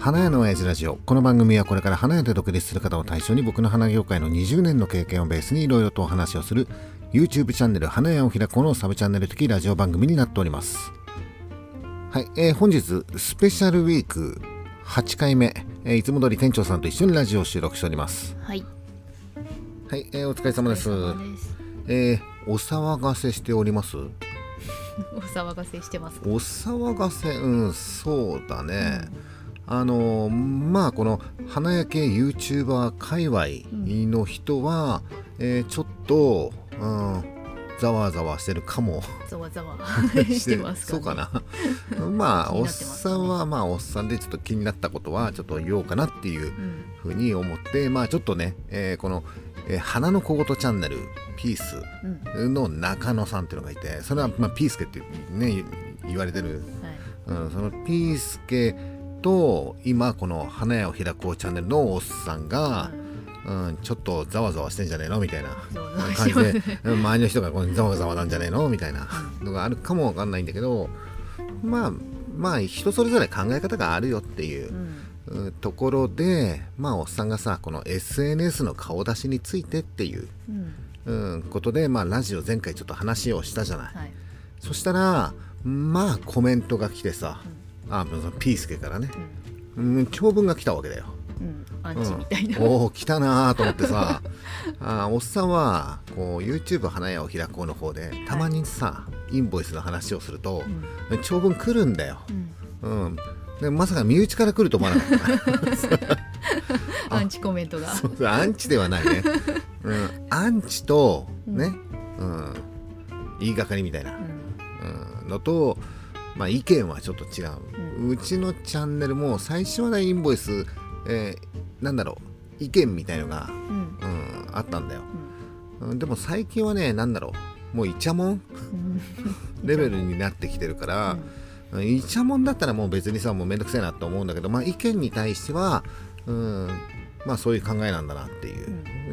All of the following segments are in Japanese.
花屋の親父ラジオ。この番組はこれから花屋で独立する方を対象に僕の花業界の20年の経験をベースにいろいろとお話をする YouTube チャンネル花屋を開こうのサブチャンネル的ラジオ番組になっております。はい、本日スペシャルウィーク8回目、いつも通り店長さんと一緒にラジオを収録しております。 はい、 はい、お疲れ様です。お騒がせしております。 お騒がせしてますか？ お騒がせ、そうだね。まあこの花屋系 YouTuber 界隈の人は、ちょっと、ざわざわしてるかも。 ざわざわしてますかね。 そうかな。まあおっさんはまあおっさんでちょっと気になったことはちょっと言おうかなっていうふうに思って、まあちょっとね、この、花の小言チャンネルピースの中野さんっていうのがいて、それはまあピースケってね言われてる、そのピースケと今この花屋を開こうチャンネルのおっさんが、ちょっとざわざわしてんじゃねえのみたいな感じで周りの人がこうざわざわなんじゃねえのみたいなのがあるかもわかんないんだけど、まあ人それぞれ考え方があるよっていう、ところで、まあおっさんがさこの SNS の顔出しについてっていう、ことで、まあラジオ前回ちょっと話をしたじゃない、そしたらまあコメントが来てさ、ピースケからね、長文が来たわけだよ。 アンチみたいな、 おお来たなと思ってさおっさんはこう YouTube 花屋を開こうの方でたまにさ、インボイスの話をすると、長文来るんだよ。でまさか身内から来ると思わなかったアンチコメントが。 そうアンチではないね、アンチとね、言いがかりみたいな、のと、まあ、意見はちょっと違う、うちのチャンネルも最初はねインボイス、なんだろう意見みたいのが、あったんだよ、でも最近はねなんだろうもうイチャモンレベルになってきてるから、イチャモンだったらもう別にさもうめんどくせえなと思うんだけど、まあ意見に対してはまあそういう考えなんだなっていう、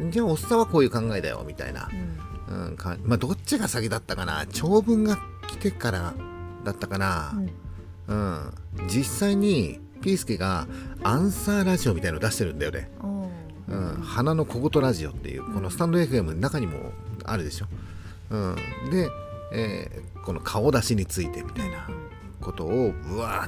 じゃあおっさんはこういう考えだよみたいな、まあどっちが先だったかな、長文が来てからだったかな、実際にピースケがアンサーラジオみたいの出してるんだよね。花の小言ラジオっていうこのスタンド FM の中にもあるでしょ。で、この顔出しについてみたいなことをブワーって、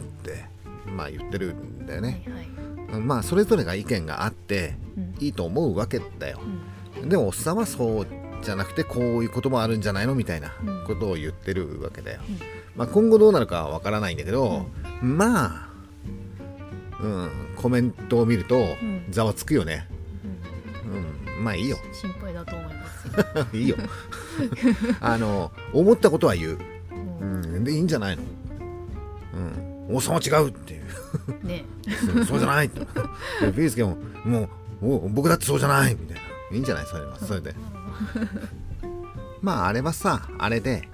まあ、言ってるんだよね。まあそれぞれが意見があっていいと思うわけだよ。でもおっさんはそうじゃなくてこういうこともあるんじゃないのみたいなことを言ってるわけだよ。まあ今後どうなるかはわからないんだけど、まあコメントを見るとざわつくよね。まあいいよ。 心配だと思いますよ。 いいよ。思ったことは言う。でいいんじゃないの。おっさんは違うっていう。 ね。 そうじゃないって。ピースケももう僕だってそうじゃないみたいな。いいんじゃないそれはそれで。まああれはさあれで、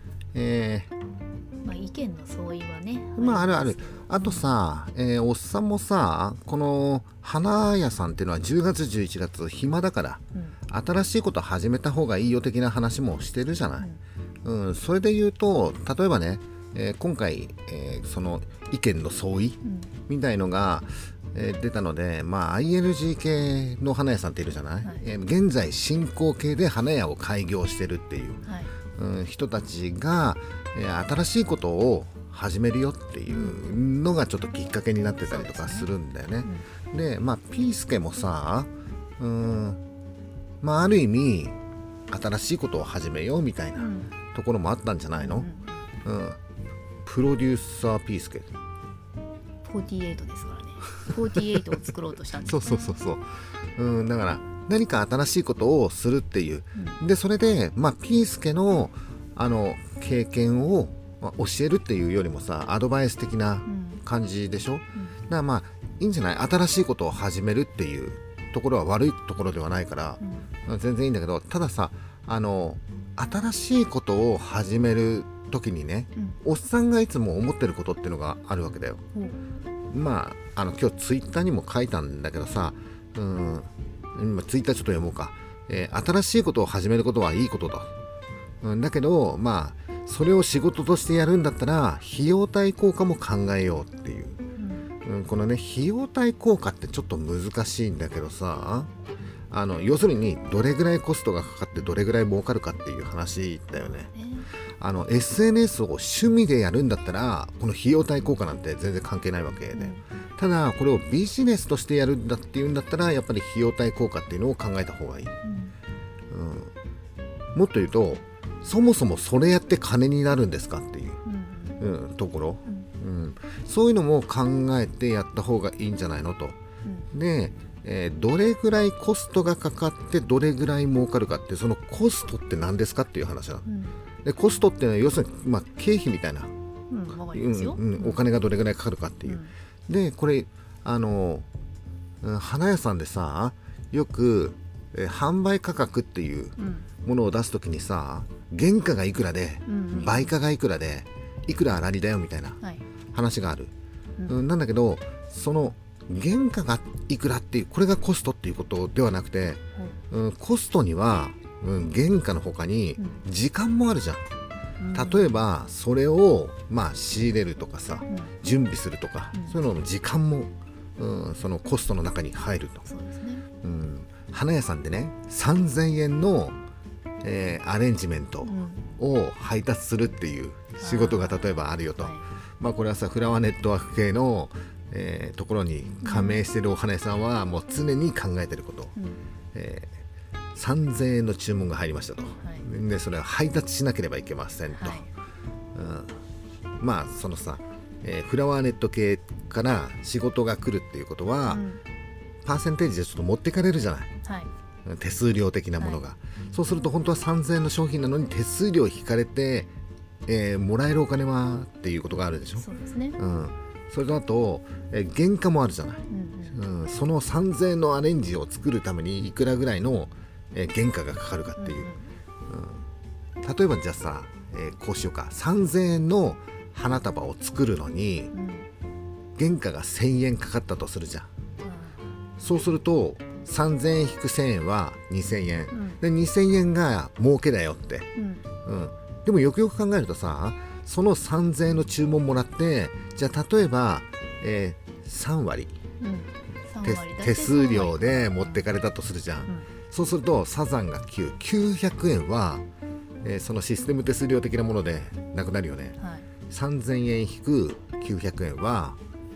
まあ意見の相違はね。 まあある。あとさ、おっさんもさこの花屋さんっていうのは10月11月暇だから、新しいこと始めた方がいいよ的な話もしてるじゃない。それで言うと例えばね、今回、その意見の相違みたいのが、出たので、まあ ING 系の花屋さんっているじゃない、現在進行形で花屋を開業してるっていう、人たちが、新しいことを始めるよっていうのがちょっときっかけになってたりとかするんだよね。でまあピースケもさまあある意味新しいことを始めようみたいなところもあったんじゃないの。プロデューサーピースケ 48ですからね。48を作ろうとしたんですね。 そうだから何か新しいことをするっていう、でそれでまあピースケの経験を教えるっていうよりもさアドバイス的な感じでしょ。だからまあいいんじゃない、新しいことを始めるっていうところは悪いところではないから、全然いいんだけど、たださ新しいことを始める時にね、おっさんがいつも思ってることっていうのがあるわけだよ。まあ今日ツイッターにも書いたんだけどさ、今ツイッターちょっと読もうか。新しいことを始めることはいいことだ。だけどまあそれを仕事としてやるんだったら費用対効果も考えようっていう、 このね費用対効果ってちょっと難しいんだけどさ、要するにどれぐらいコストがかかってどれぐらい儲かるかっていう話だよね。SNS を趣味でやるんだったらこの費用対効果なんて全然関係ないわけで、ただこれをビジネスとしてやるんだっていうんだったらやっぱり費用対効果っていうのを考えた方がいい、もっと言うとそもそもそれやって金になるんですかっていう、ところ、そういうのも考えてやった方がいいんじゃないのと、で、どれぐらいコストがかかってどれぐらい儲かるかって、そのコストって何ですかっていう話なの、でコストっていうのは要するに、経費みたいな、 わかりますよ。 お金がどれぐらいかかるかっていう、でこれ花屋さんでさよく、販売価格っていうものを出すときにさ、原価がいくらで、売価がいくらでいくら粗利だよみたいな話がある、なんだけどその原価がいくらっていうこれがコストっていうことではなくて、コストには、原価の他に時間もあるじゃん。例えばそれを仕入れるとかさ、準備するとか、そういうのの時間も、そのコストの中に入ると。 そうですね。 花屋さんでね3000円の、アレンジメントを配達するっていう仕事が例えばあるよと、これはさフラワーネットワーク系の、ところに加盟してるお花屋さんはもう常に考えてること、3000円の注文が入りましたと、でそれは配達しなければいけませんと、そのさ、フラワーネット系から仕事が来るっていうことは、パーセンテージでちょっと持ってかれるじゃない、手数料的なものが、そうすると本当は3000円の商品なのに手数料引かれて、もらえるお金はっていうことがあるでしょ。 そうですね。 それとあと、原価もあるじゃない、その3000円のアレンジを作るためにいくらぐらいの、原価がかかるかっていう、例えばじゃあさ、こうしようか、3000円の花束を作るのに、原価が1000円かかったとするじゃん、そうすると3000円引く1000円は2000円、で2000円が儲けだよって、でもよくよく考えるとさ、その3000円の注文もらって、じゃあ例えば、3割、手数料で持ってかれたとするじゃん、そうするとサザンが900円は、そのシステム手数料的なものでなくなるよね、3000円引く900円は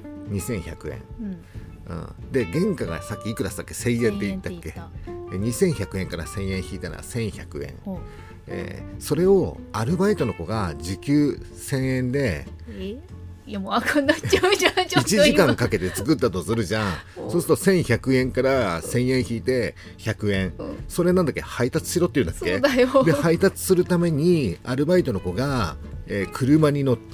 2100円、で原価がさっきいくらしたっけ、1000円って言ったっけ、2100円から1000円引いたら1100円、それをアルバイトの子が時給1000円で、 いやもう赤になっちゃうじゃん。ちょっと 1時間かけて作ったとするじゃんそうすると1100円から1000円引いて100円、それなんだっけ、配達しろっていうんだっけ。 そうだよ。 で配達するためにアルバイトの子が、車に乗って、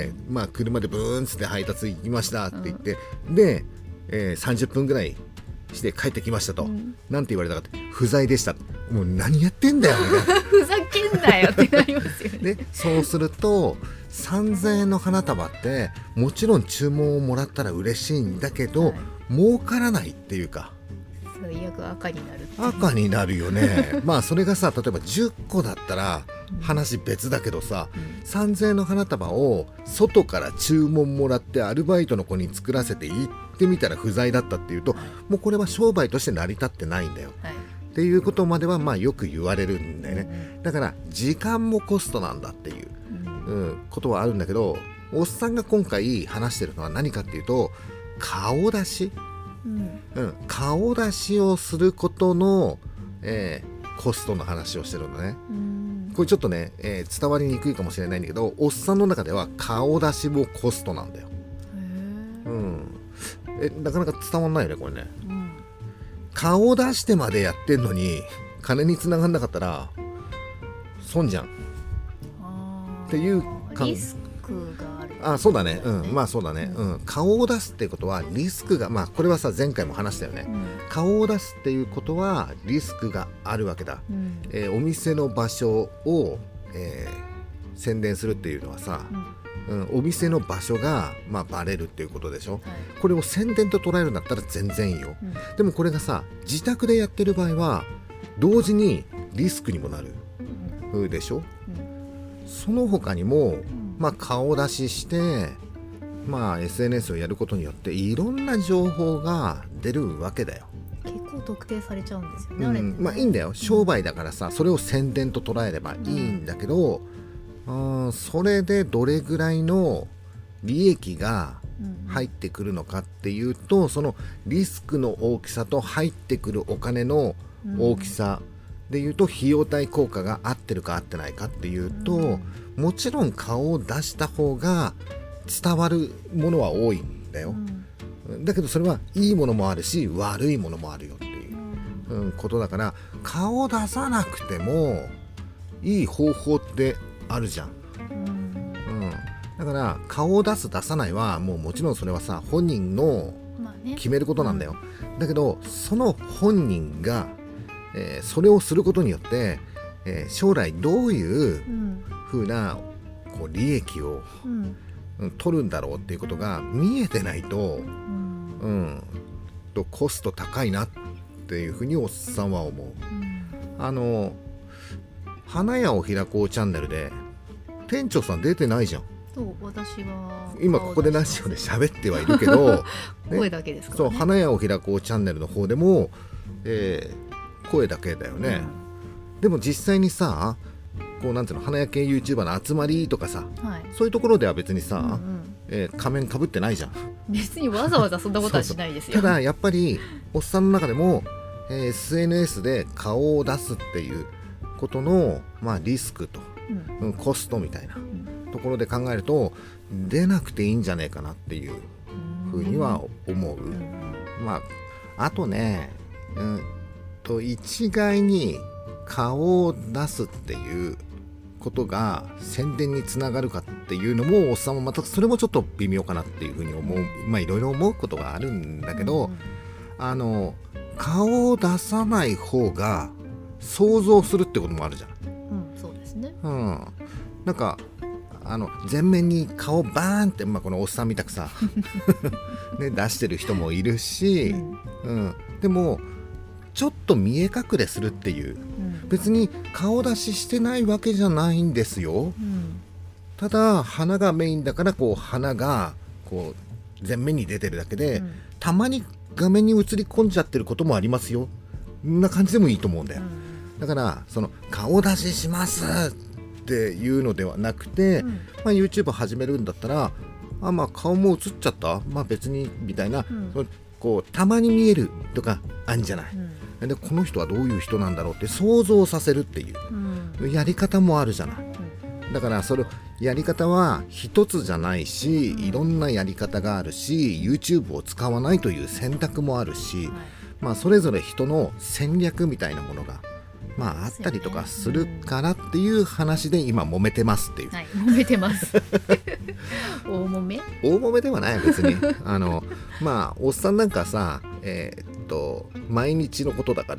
車でブーンって配達行きましたって言って、で、30分ぐらいして帰ってきましたと、なんて言われたかって、不在でした。もう何やってんだよみたいなふざけんなよってなりますよね。 でそうすると3000円の花束ってもちろん注文をもらったら嬉しいんだけど、儲からないっていうか、 最悪赤になるっていう。 赤になるよねそれがさ、例えば10個だったら話別だけどさ、3000円の花束を外から注文もらってアルバイトの子に作らせて行ってみたら不在だったっていうと、もうこれは商売として成り立ってないんだよ、っていうことまではよく言われるんだよね、だから時間もコストなんだっていう、ことはあるんだけど、おっさんが今回話してるのは何かっていうと、顔出し、顔出しをすることの、コストの話をしてるのね、これちょっとね、伝わりにくいかもしれないんだけど、おっさんの中では顔出しもコストなんだよ。なかなか伝わんないよねこれね、顔出してまでやってんのに金に繋がんなかったら損じゃんっていうリスクがある、 そうだね、そうだね、顔を出すっていうことはリスクが、これはさ前回も話したよね、顔を出すっていうことはリスクがあるわけだ、お店の場所を、宣伝するっていうのはさ、お店の場所が、バレるっていうことでしょ、これを宣伝と捉えるんだったら全然いいよ、でもこれがさ自宅でやってる場合は同時にリスクにもなる、でしょ、その他にも、顔出しして、 まあ SNS をやることによっていろんな情報が出るわけだよ。 結構特定されちゃうんですよね、あれってね。 まあいいんだよ、商売だからさ、それを宣伝と捉えればいいんだけど、それでどれぐらいの利益が入ってくるのかっていうと、そのリスクの大きさと入ってくるお金の大きさでいうと、費用対効果が合ってるか合ってないかっていうと、もちろん顔を出した方が伝わるものは多いんだよ。だけどそれはいいものもあるし悪いものもあるよっていう、ことだから、顔を出さなくてもいい方法ってあるじゃん。だから顔を出す出さないはもちろんそれはさ、本人の決めることなんだよ。だけどその本人が、それをすることによって、将来どういう風なこう利益を、取るんだろうっていうことが見えてないと、コスト高いなっていうふうにおっさんは思う。花屋を開こうチャンネルで店長さん出てないじゃん。 そう私は今ここでラジオで喋ってはいるけど、 声だけですからね。 そう、花屋を開こうチャンネルの方でも、声だけだよね。でも実際にさ、こうなんていうの、花屋系 YouTuber の集まりとかさ、そういうところでは別にさ、仮面かぶってないじゃん。 別にわざわざそんなことはしないですよ。 ただやっぱりおっさんの中でも、SNS で顔を出すっていうことの、リスクと、コストみたいなところで考えると、出なくていいんじゃねえかなっていうふうには思う。あとね、一概に顔を出すっていうことが宣伝につながるかっていうのも、おっさんもまたそれもちょっと微妙かなっていうふうに思う。いろいろ思うことがあるんだけど、顔を出さない方が想像するってこともあるじゃん。 そうですね。 なんか前面に顔バーンって、このおっさんみたくさ、ね、出してる人もいるし、でもちょっと見え隠れするっていう、別に顔出ししてないわけじゃないんですよ。ただ鼻がメインだから、こう鼻がこう前面に出てるだけで、たまに画面に映り込んじゃってることもありますよ。こんな感じでもいいと思うんだよ。だからその顔出ししますっていうのではなくて、YouTube 始めるんだったら、顔も映っちゃった、別にみたいな、こうたまに見えるとかあるんじゃない。でこの人はどういう人なんだろうって想像させるっていうやり方もあるじゃない。だからそれやり方は一つじゃないし、いろんなやり方があるし、 YouTube を使わないという選択もあるし、それぞれ人の戦略みたいなものがあったりとかするからっていう話で今揉めてますっていう。 揉めてます大揉めではない別におっさんなんかさ、毎日のことだから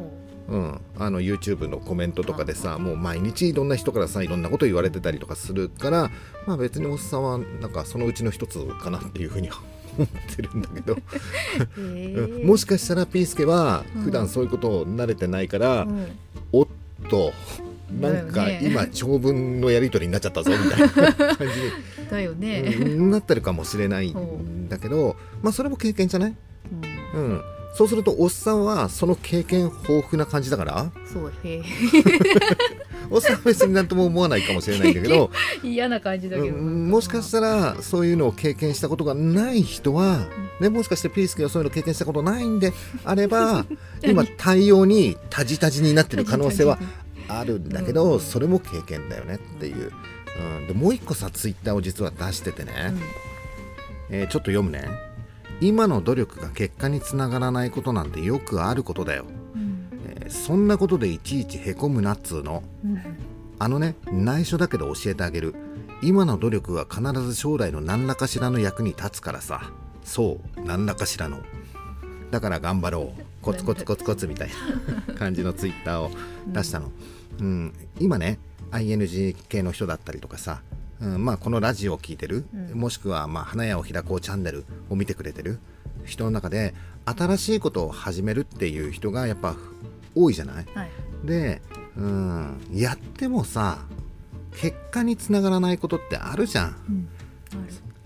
、YouTube のコメントとかでさ、もう毎日いろんな人からさいろんなこと言われてたりとかするから、別におっさんはなんかそのうちの一つかなっていうふうに思ってるんだけどもしかしたらピースケは普段そういうことを慣れてないから、おっとなんか今長文のやり取りになっちゃったぞみたいな感じだよね、 なってるかもしれないんだけど、それも経験じゃない？そうするとおっさんはその経験豊富な感じだから、 そうおっさんは別になんとも思わないかもしれないんだけど嫌な感じだけど、 もしかしたらそういうのを経験したことがない人は、もしかしてピースケはそういうのを経験したことないんであれば今対応にタジタジになってる可能性はあるんだけど、それも経験だよねっていう、でもう一個さ、ツイッターを実は出しててね、ちょっと読むね。今の努力が結果につながらないことなんてよくあることだよ、そんなことでいちいちへこむなっつうの、内緒だけど教えてあげる。今の努力は必ず将来の何らかしらの役に立つからさ。そう、何らかしらの。だから頑張ろう、コツコツコツコツみたいな感じのツイッターを出したの。今ね ING 系の人だったりとかさ、このラジオを聞いてる、もしくは花屋を開こうチャンネルを見てくれてる人の中で、新しいことを始めるっていう人がやっぱ多いじゃない、で、やってもさ結果につながらないことってあるじゃん、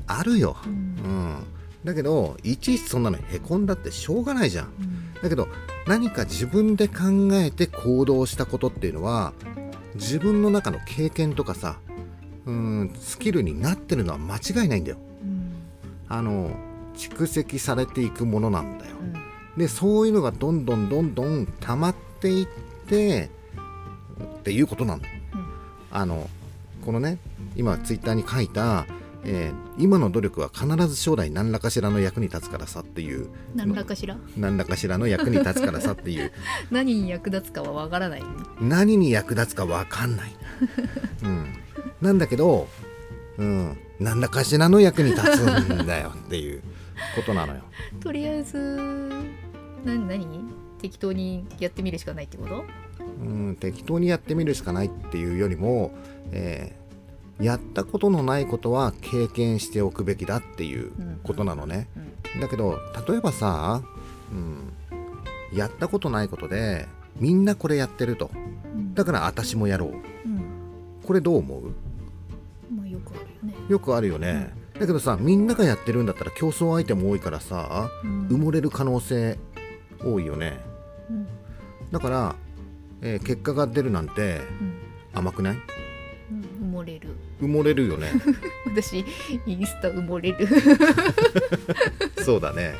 あるよ、 うんだけどいちいちそんなのへこんだってしょうがないじゃん。 うんだけど何か自分で考えて行動したことっていうのは自分の中の経験とかさ、スキルになってるのは間違いないんだよ。 うん蓄積されていくものなんだよ。 うんでそういうのがどんどん溜まっていってっていうことなんだよ。このね今ツイッターに書いた、今の努力は必ず将来何らかしらの役に立つからさっていう何らかしら何らかしらの役に立つからさっていう何に役立つかはわからない、ね、 何に役立つか分かんない、なんだけど、何らかしらの役に立つんだよっていうことなのよ。 とりあえず何適当にやってみるしかないってこと？ 適当にやってみるしかないっていうよりも、やったことのないことは経験しておくべきだっていうことなのね、だけど例えばさ、やったことないことでみんなこれやってると、だから私もやろう、これどう思う？ まあよくあるよね。 よくあるよね、だけどさみんながやってるんだったら競争相手も多いからさ、埋もれる可能性多いよね、だから、結果が出るなんて甘くない？埋もれるよね私インスタ埋もれるそうだね、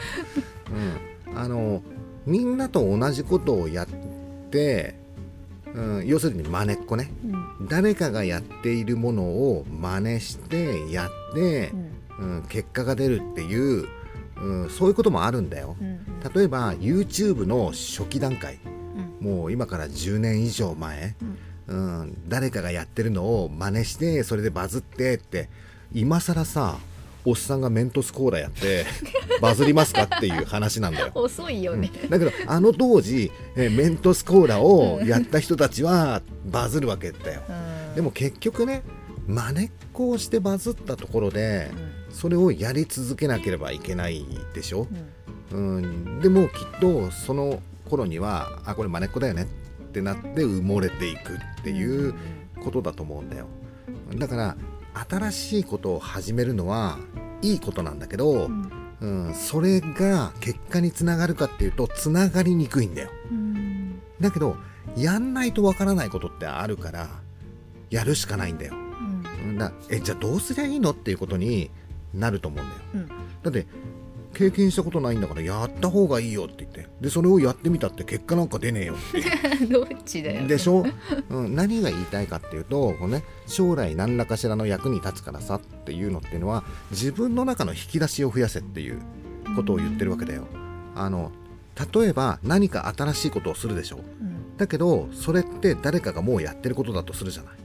みんなと同じことをやって、要するに真似っこね、誰かがやっているものを真似してやって、結果が出るっていう、そういうこともあるんだよ、例えば YouTube の初期段階、もう今から10年以上前、誰かがやってるのを真似してそれでバズってって今更さおっさんがメントスコーラやってバズりますかっていう話なんだよ。 遅いよね、 だけど当時、メントスコーラをやった人たちはバズるわけだよ、でも結局ね真似っこをしてバズったところで、それをやり続けなければいけないでしょ、でもきっとその頃にはこれ真似っこだよねってなって埋もれていくっていうことだと思うんだよ。だから新しいことを始めるのはいいことなんだけど、それが結果につながるかっていうとつながりにくいんだよ、だけどやんないとわからないことってあるからやるしかないんだよ、じゃあどうすりゃいいのっていうことになると思うんだよ、だって経験したことないんだからやった方がいいよって言って、でそれをやってみたって結果なんか出ねえよってどっちだよでしょ、何が言いたいかっていうとこの、ね、将来何らかしらの役に立つからさっていうのっていうのは自分の中の引き出しを増やせっていうことを言ってるわけだよ。例えば何か新しいことをするでしょ、だけどそれって誰かがもうやってることだとするじゃない、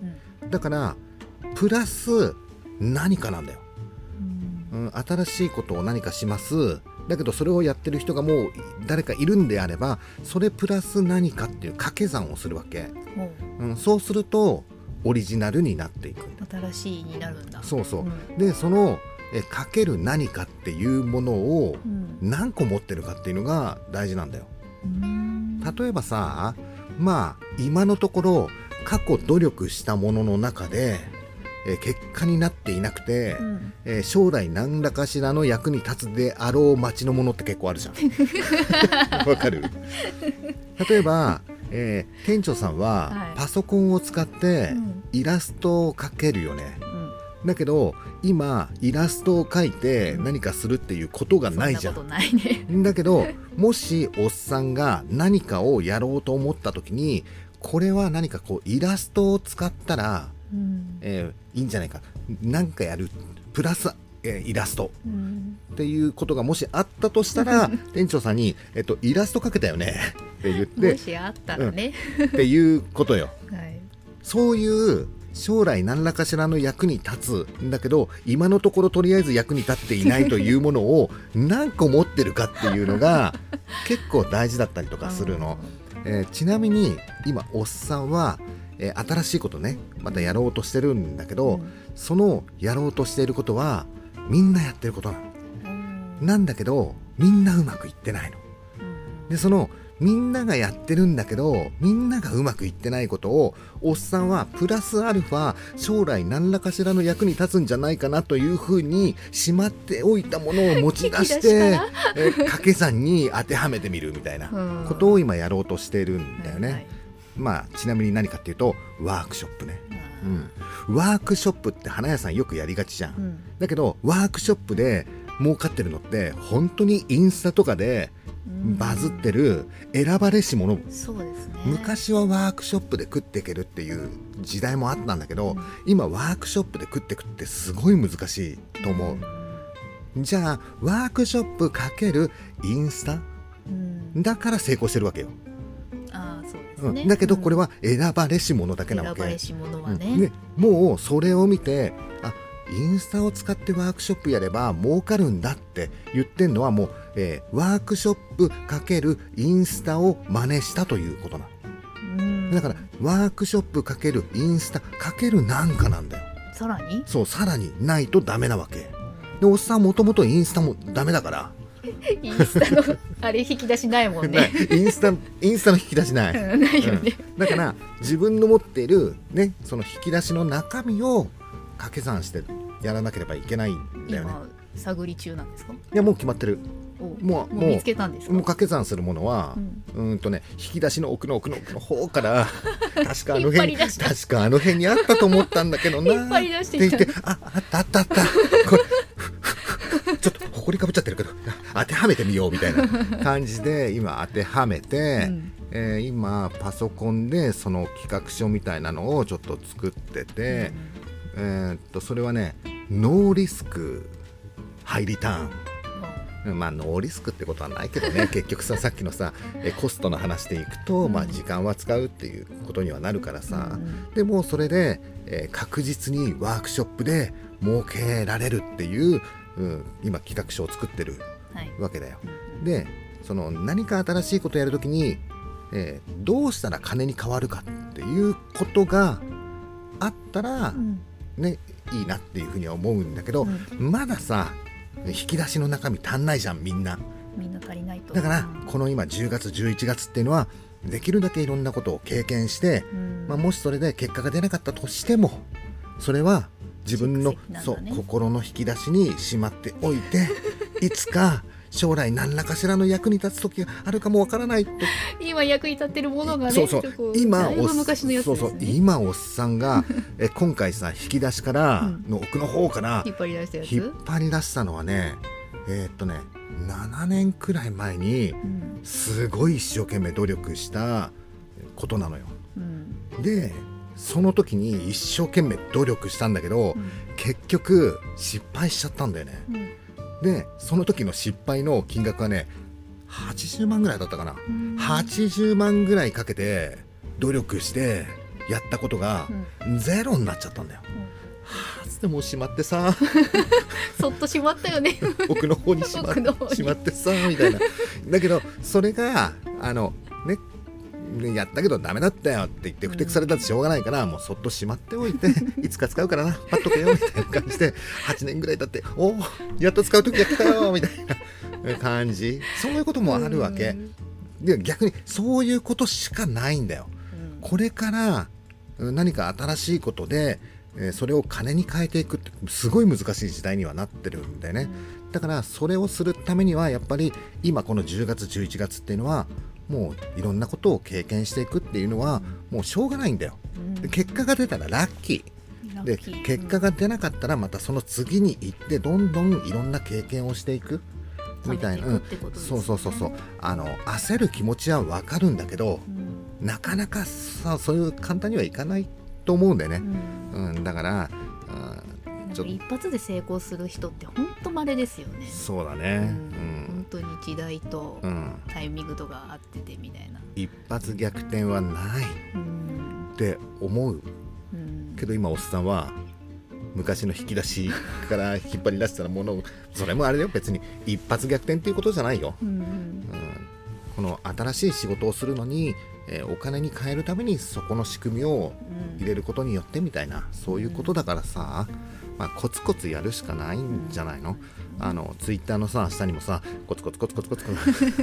だからプラス何かなんだよ、新しいことを何かします。だけどそれをやってる人がもう誰かいるんであればそれプラス何かっていう掛け算をするわけ、そうするとオリジナルになっていくんだ。 新しいになるんだ。 そうそう、でそのかける何かっていうものを何個持ってるかっていうのが大事なんだよ。例えばさ、今のところ過去努力したものの中で結果になっていなくて、将来何らかしらの役に立つであろう街のものって結構あるじゃんわかる？例えば、店長さんはパソコンを使ってイラストを描けるよね、だけど今イラストを描いて何かするっていうことがないじゃん。 そんなことないねだけどもしおっさんが何かをやろうと思った時にこれは何かこうイラストを使ったらいいんじゃないか、なんかやるプラス、イラスト、っていうことがもしあったとしたら店長さんに、イラスト描けたよねって言ってもしあったらね、 っていうことよ、 はい、 そういう将来何らかしらの役に立つんだけど今のところとりあえず役に立っていないというものを何個持ってるかっていうのが結構大事だったりとかするの、ちなみに今おっさんは新しいことねまたやろうとしてるんだけど、そのやろうとしていることはみんなやってることなの、なんだけどみんなうまくいってないの、でそのみんながやってるんだけどみんながうまくいってないことをおっさんはプラスアルファ将来何らかしらの役に立つんじゃないかなというふうにしまっておいたものを持ち出して掛け算に当てはめてみるみたいなことを今やろうとしてるんだよね、 はいはい、 まあちなみに何かっていうとワークショップね、ワークショップって花屋さんよくやりがちじゃん、だけどワークショップで儲かってるのって本当にインスタとかでバズってる選ばれし者、 そうですね、 昔はワークショップで食っていけるっていう時代もあったんだけど、今ワークショップで食っていくってすごい難しいと思う、じゃあワークショップ×インスタ、だから成功してるわけよ。 あ、そうですね、 だけどこれは選ばれし者だけなわけ、 選ばれし者はね、 もうそれを見て、あ、インスタを使ってワークショップやれば儲かるんだって言ってんのはもう、ワークショップ×インスタを真似したということなの。だからワークショップ×インスタ×なんかなんだよ。 さらにそう、さらにないとダメなわけで、おっさんもともとインスタもダメだからインスタのあれ引き出しないもんねインスタの引き出しないないよね、 だから自分の持っている、ね、その引き出しの中身を掛け算してやらなければいけないんだよね。 今探り中なんですか？ いや、もう決まってる。もう見つけたんですか？ もう掛け算するものは、引き出しの奥の方から確かあの辺にあったと思ったんだけどな引っ張り出してって言って、あったこれちょっとほこりかぶっちゃってるけど当てはめてみようみたいな感じで今当てはめて、今パソコンでその企画書みたいなのをちょっと作ってて、それはね、ノーリスクハイリターン、まあノーリスクってことはないけどね結局さっきのさコストの話でいくと、まあ時間は使うっていうことにはなるからさ、でもそれで、確実にワークショップで儲けられるっていう、今企画書を作ってるわけだよ、でその何か新しいことをやるときに、どうしたら金に変わるかっていうことがあったら、ね、いいなっていうふうには思うんだけど、まださ引き出しの中身足んないじゃん、みんな足りないと。 だからこの今10月11月っていうのはできるだけいろんなことを経験して、もしそれで結果が出なかったとしてもそれは自分の、心の引き出しにしまっておいていつか将来何らかしらの役に立つ時があるかもわからないと。 今役に立ってるものがね、 今だいぶ昔のやつですね。 今おっさんが今回さ引き出しからの奥の方から引っ張り出したやつ、 引っ張り出したのはね、7年くらい前にすごい一生懸命努力したことなのよ、でその時に一生懸命努力したんだけど、結局失敗しちゃったんだよね、でその時の失敗の金額はね80万ぐらいだったかな、80万ぐらいかけて努力してやったことがゼロになっちゃったんだよ、でもしまってさそっとしまったよね奥の方にしまってさみたいな。だけどそれがやったけどダメだったよって言ってふてくされたってしょうがないから、もうそっとしまっておいていつか使うからなパッとけよみたいな感じで8年ぐらい経っておやっと使う時が来たよみたいな感じ、そういうこともあるわけで、逆にそういうことしかないんだよ、これから何か新しいことでそれを金に変えていくってすごい難しい時代にはなってるんだよね、だからそれをするためにはやっぱり今この10月11月っていうのはもういろんなことを経験していくっていうのはもうしょうがないんだよ、で結果が出たらラッキーで、結果が出なかったらまたその次に行ってどんどんいろんな経験をしていくみたいな、そう焦る気持ちは分かるんだけど、なかなかさそういう簡単にはいかないと思うんだよね、だから一発で成功する人って本当稀ですよね。 そうだね、 本当に時代とタイミングとか合っててみたいな、 一発逆転はないって思う、けど今おっさんは昔の引き出しから引っ張り出したものをそれもあれだよ、別に一発逆転っていうことじゃないよ、この新しい仕事をするのにお金に変えるためにそこの仕組みを入れることによってみたいな、そういうことだからさ、コツコツやるしかないんじゃないの。ツイッターのさ下にもさコツコツコツコツコツ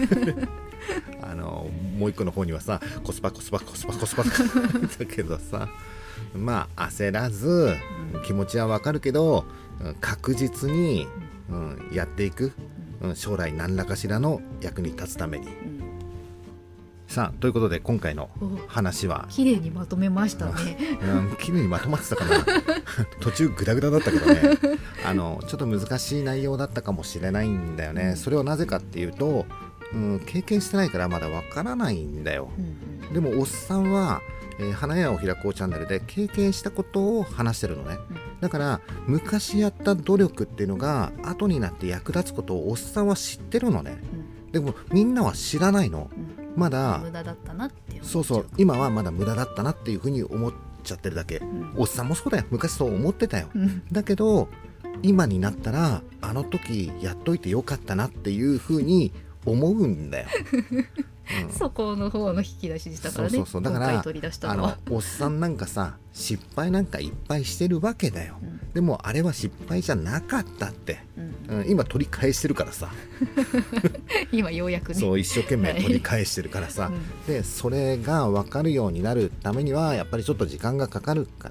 もう一個の方にはさコスパコスパコスパコスパだけどさ、焦らず気持ちはわかるけど確実に、やっていく、将来何らかしらの役に立つために、さあということで今回の話は綺麗にまとめましたね。 綺麗にまとまってたかな途中グダグダだったけどねちょっと難しい内容だったかもしれないんだよね。それはなぜかっていうと、経験してないからまだわからないんだよ。でもおっさんは、花屋を開こうチャンネルで経験したことを話してるのね。だから昔やった努力っていうのが後になって役立つことをおっさんは知ってるのね。でもみんなは知らないの。まだ無駄だったなってそう今はまだ無駄だったなっていうふうに思っちゃってるだけ、おっさんもそうだよ。昔そう思ってたよ、だけど今になったらあの時やっといてよかったなっていうふうに思うんだよそこの方の引き出しでしたからね。 だから今回取り出したのはおっさんなんかさ失敗なんかいっぱいしてるわけだよ、でもあれは失敗じゃなかったって、今取り返してるからさ今ようやくねそう一生懸命取り返してるからさ、でそれが分かるようになるためにはやっぱりちょっと時間がかかるから、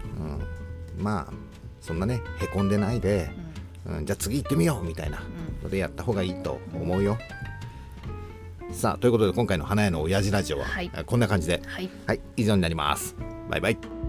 そんなねへこんでないで、じゃあ次行ってみようみたいなのでやった方がいいと思うよ。さあということで今回の花屋の親父ラジオは、こんな感じで、以上になります。バイバイ。